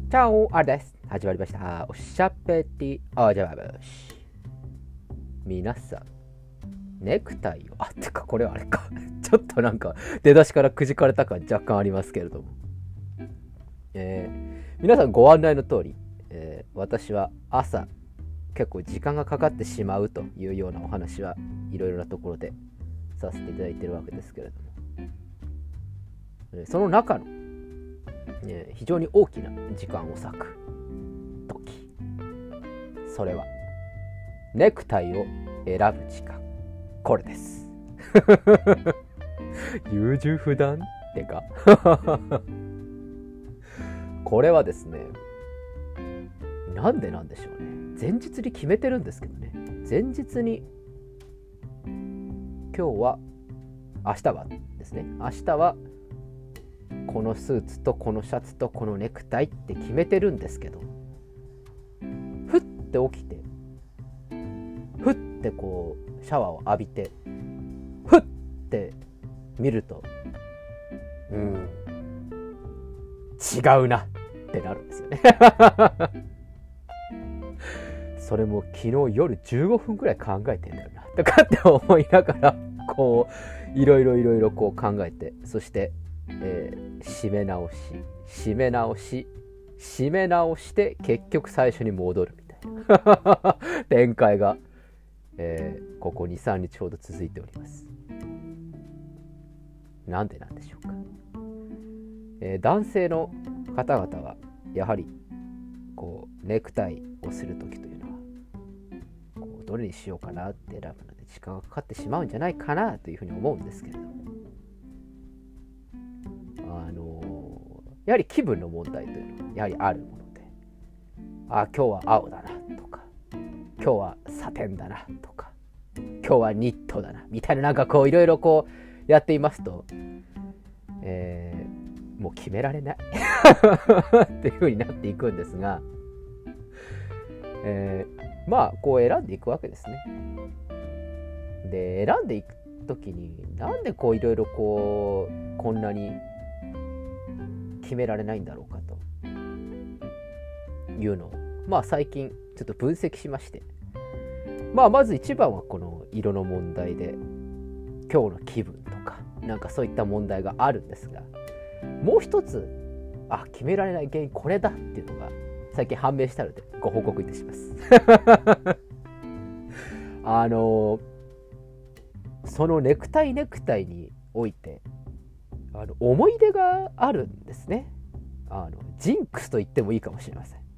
チャオあれです。始まりました。おしゃべりおじゃまぶし。皆さん、ネクタイを、てかこれはあれか。ちょっとなんか出だしからくじかれた感若干ありますけれども。皆さんご案内の通り、私は朝、結構時間がかかってしまうというようなお話はいろいろなところでさせていただいているわけですけれども、その中の非常に大きな時間を割く時、それはネクタイを選ぶ時間、これです優柔不断ってかこれはですね、なんでなんでしょうね。前日に決めてるんですけどね。前日に今日は明日はですね、明日はこのスーツとこのシャツとこのネクタイって決めてるんですけど、ふって起きて、ふってこうシャワーを浴びて、ふって見ると、違うなってなるんですよねそれも昨日夜15分くらい考えてんだよなとかって思いながら、こういろいろこう考えて、そして締め直して結局最初に戻るみたいな展開が、ここ 2,3 日ほど続いております。なんでなんでしょうか。男性の方々はやはりこうネクタイをするときというのは、こうどれにしようかなって選ぶので時間がかかってしまうんじゃないかなというふうに思うんですけれども、やはり気分の問題というのはやはりあるもので、今日は青だなとか、今日はサテンだなとか、今日はニットだなみたいな、なんかこういろいろこうやっていますと、もう決められないっていう風になっていくんですが、まあこう選んでいくわけですね。で、選んでいくときになんでこういろいろこんなに決められないんだろうかというのを、最近ちょっと分析しまして、まず一番はこの色の問題で、今日の気分とかなんかそういった問題があるんですが、もう一つ決められない原因これだっていうのが最近判明したのでご報告いたしますそのネクタイにおいて思い出があるんですね。ジンクスと言ってもいいかもしれません。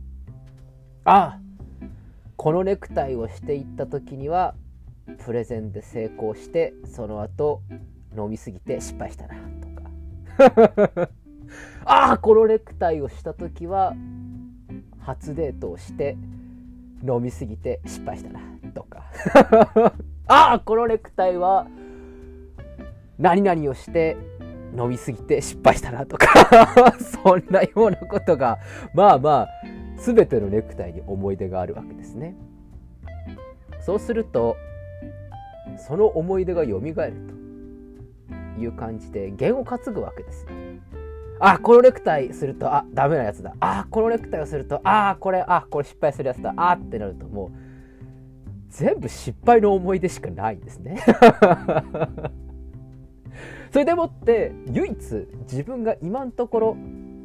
このネクタイをしていった時にはプレゼンで成功して、その後飲みすぎて失敗したなとかこのネクタイをした時は初デートをして飲みすぎて失敗したなとかこのネクタイは何々をして飲みすぎて失敗したなとかそんなようなことが全てのネクタイに思い出があるわけですね。そうするとその思い出が蘇るという感じで弦を担ぐわけですよ。このネクタイするとダメなやつだ、このネクタイをするとこれ失敗するやつだってなると、もう全部失敗の思い出しかないんですねそれでもって唯一自分が今のところ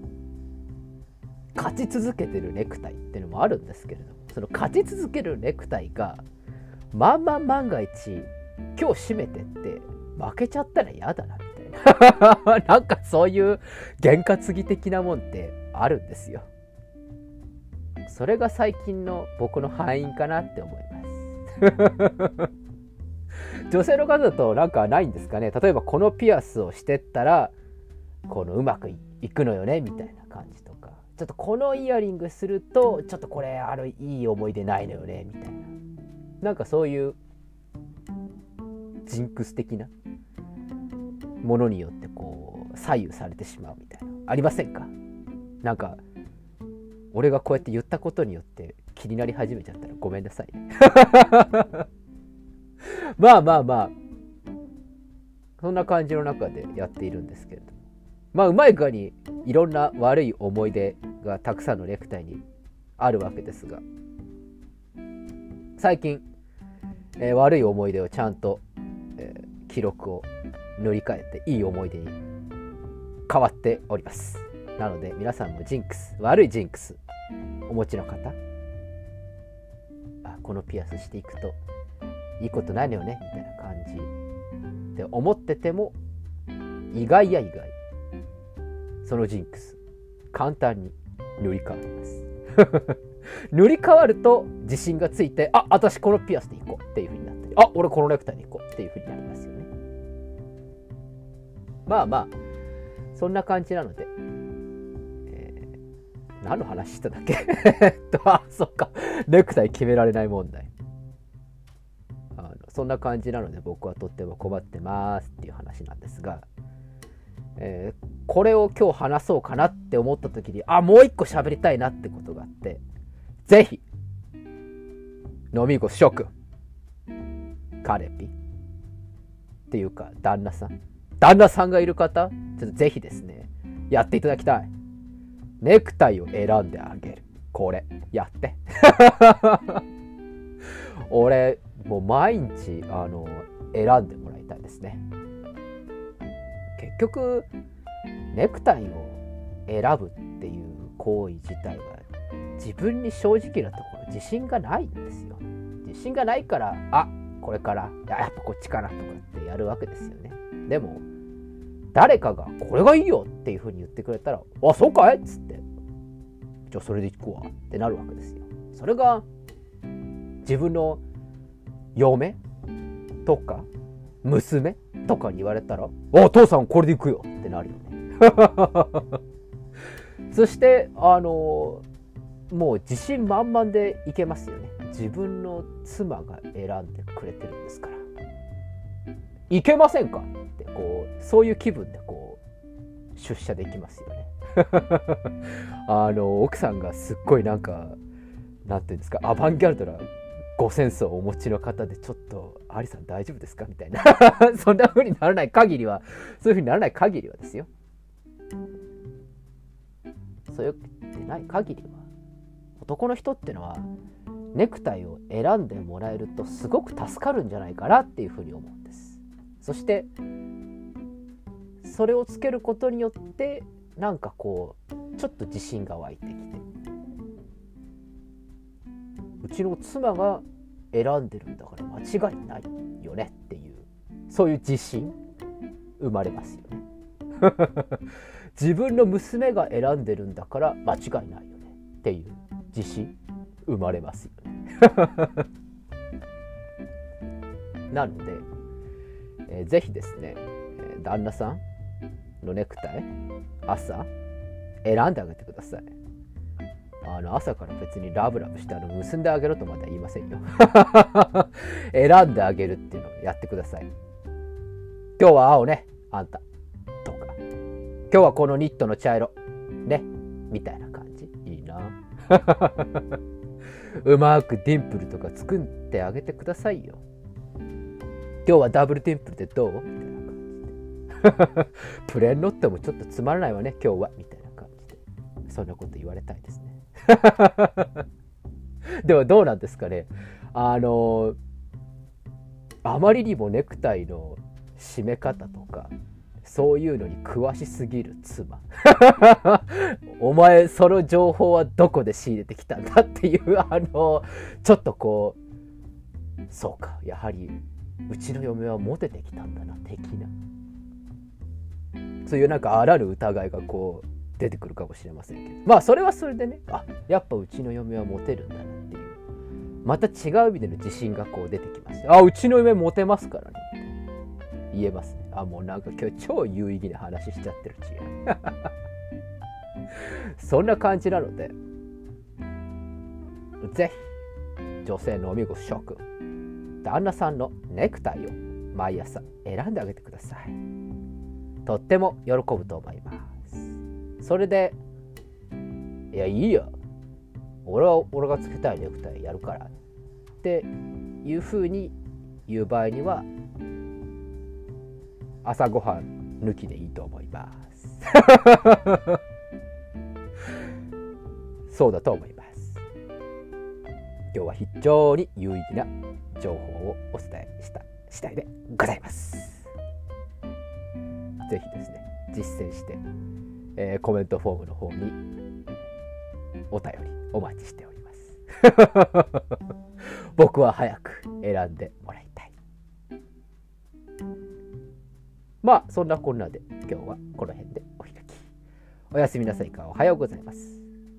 勝ち続けてるネクタイっていうのもあるんですけれども、その勝ち続けるネクタイが万が一今日締めてって負けちゃったら嫌だなみたいななんかそういう験担ぎ的なもんってあるんですよ。それが最近の僕の敗因かなって思います女性の方だとなんかないんですかね。例えばこのピアスをしてったらこのうまくいくのよねみたいな感じとか、ちょっとこのイヤリングするとちょっとこれいい思い出ないのよねみたいな、なんかそういうジンクス的なものによってこう左右されてしまうみたいな、ありませんか。なんか俺がこうやって言ったことによって気になり始めちゃったらごめんなさいねそんな感じの中でやっているんですけれども、うまい具合にいろんな悪い思い出がたくさんのネクタイにあるわけですが、最近、悪い思い出をちゃんと、記録を塗り替えていい思い出に変わっております。なので皆さんもジンクス、悪いジンクスお持ちの方、このピアスしていくといいことないのよねみたいな感じで思ってても、意外や意外そのジンクス簡単に塗り替わります塗り替わると自信がついて、私このピアスでいこうっていう風になったり、俺このネクタイでいこうっていう風になりますよね。まあそんな感じなので、何の話しただっけそっか、ネクタイ決められない問題。そんな感じなので僕はとっても困ってますっていう話なんですが、これを今日話そうかなって思った時に、もう一個喋りたいなってことがあって、ぜひ飲み子諸君、カレピっていうか旦那さんがいる方、ちょっとぜひですねやっていただきたい。ネクタイを選んであげる、これやって俺もう毎日選んでもらいたいですね。結局ネクタイを選ぶっていう行為自体は自分に正直なところ自信がないんですよ。自信がないから、これからやっぱこっちかなとかってやるわけですよね。でも誰かがこれがいいよっていう風に言ってくれたら、そうかいっつって、じゃあそれで行くわってなるわけですよ。それが自分の嫁とか娘とかに言われたら、父さんこれで行くよってなるよねそしてもう自信満々でいけますよね。自分の妻が選んでくれてるんですから、いけませんかってそういう気分で出社できますよね奥さんがすっごいなんていうんですか、アバンギャルドなごセンスをお持ちの方で、ちょっとアリさん大丈夫ですかみたいなそんな風にならない限りは、そういう風にならない限りはですよ、そういうでない限りは、男の人ってのはネクタイを選んでもらえるとすごく助かるんじゃないかなっていう風に思うんです。そしてそれをつけることによってちょっと自信が湧いてきて、うちの妻が選んでるんだから間違いないよねっていう、そういう自信生まれますよね自分の娘が選んでるんだから間違いないよねっていう自信生まれますよねなので、ぜひですね、旦那さんのネクタイ朝選んであげてください。朝から別にラブラブして結んであげろとまでは言いませんよ選んであげるっていうのをやってください。今日は青ねあんたとか、今日はこのニットの茶色ねみたいな感じ、いいなうまくディンプルとか作ってあげてくださいよ。今日はダブルディンプルでどうみたいな感じでプレーンノットもちょっとつまらないわね今日はみたいな感じで、そんなこと言われたいですねでもどうなんですかね、あまりにもネクタイの締め方とかそういうのに詳しすぎる妻お前その情報はどこで仕入れてきたんだっていうちょっとそうか、やはりうちの嫁はモテてきたんだな的な、そういうあらぬ疑いが出てくるかもしれませんけど、それはそれでね、やっぱうちの嫁はモテるんだなっていう、また違う意味での自信が出てきます。うちの嫁モテますからねって言えますね。もう今日超有意義な話しちゃってる違そんな感じなので、ぜひ女性のお見事諸君、旦那さんのネクタイを毎朝選んであげてください。とっても喜ぶと思います。それで、いやいいよ、俺がつけたいネクタイやるからっていう風に言う場合には、朝ごはん抜きでいいと思いますそうだと思います。今日は非常に有意義な情報をお伝えした次第でございます。ぜひですね、実践して、コメントフォームの方にお便りお待ちしております。僕は早く選んでもらいたい。まあそんなこんなで今日はこの辺でお開き。おやすみなさいか。おはようございます。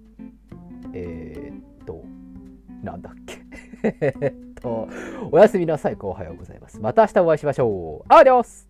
なんだっけおやすみなさいか。おはようございます。また明日お会いしましょう。アディオス。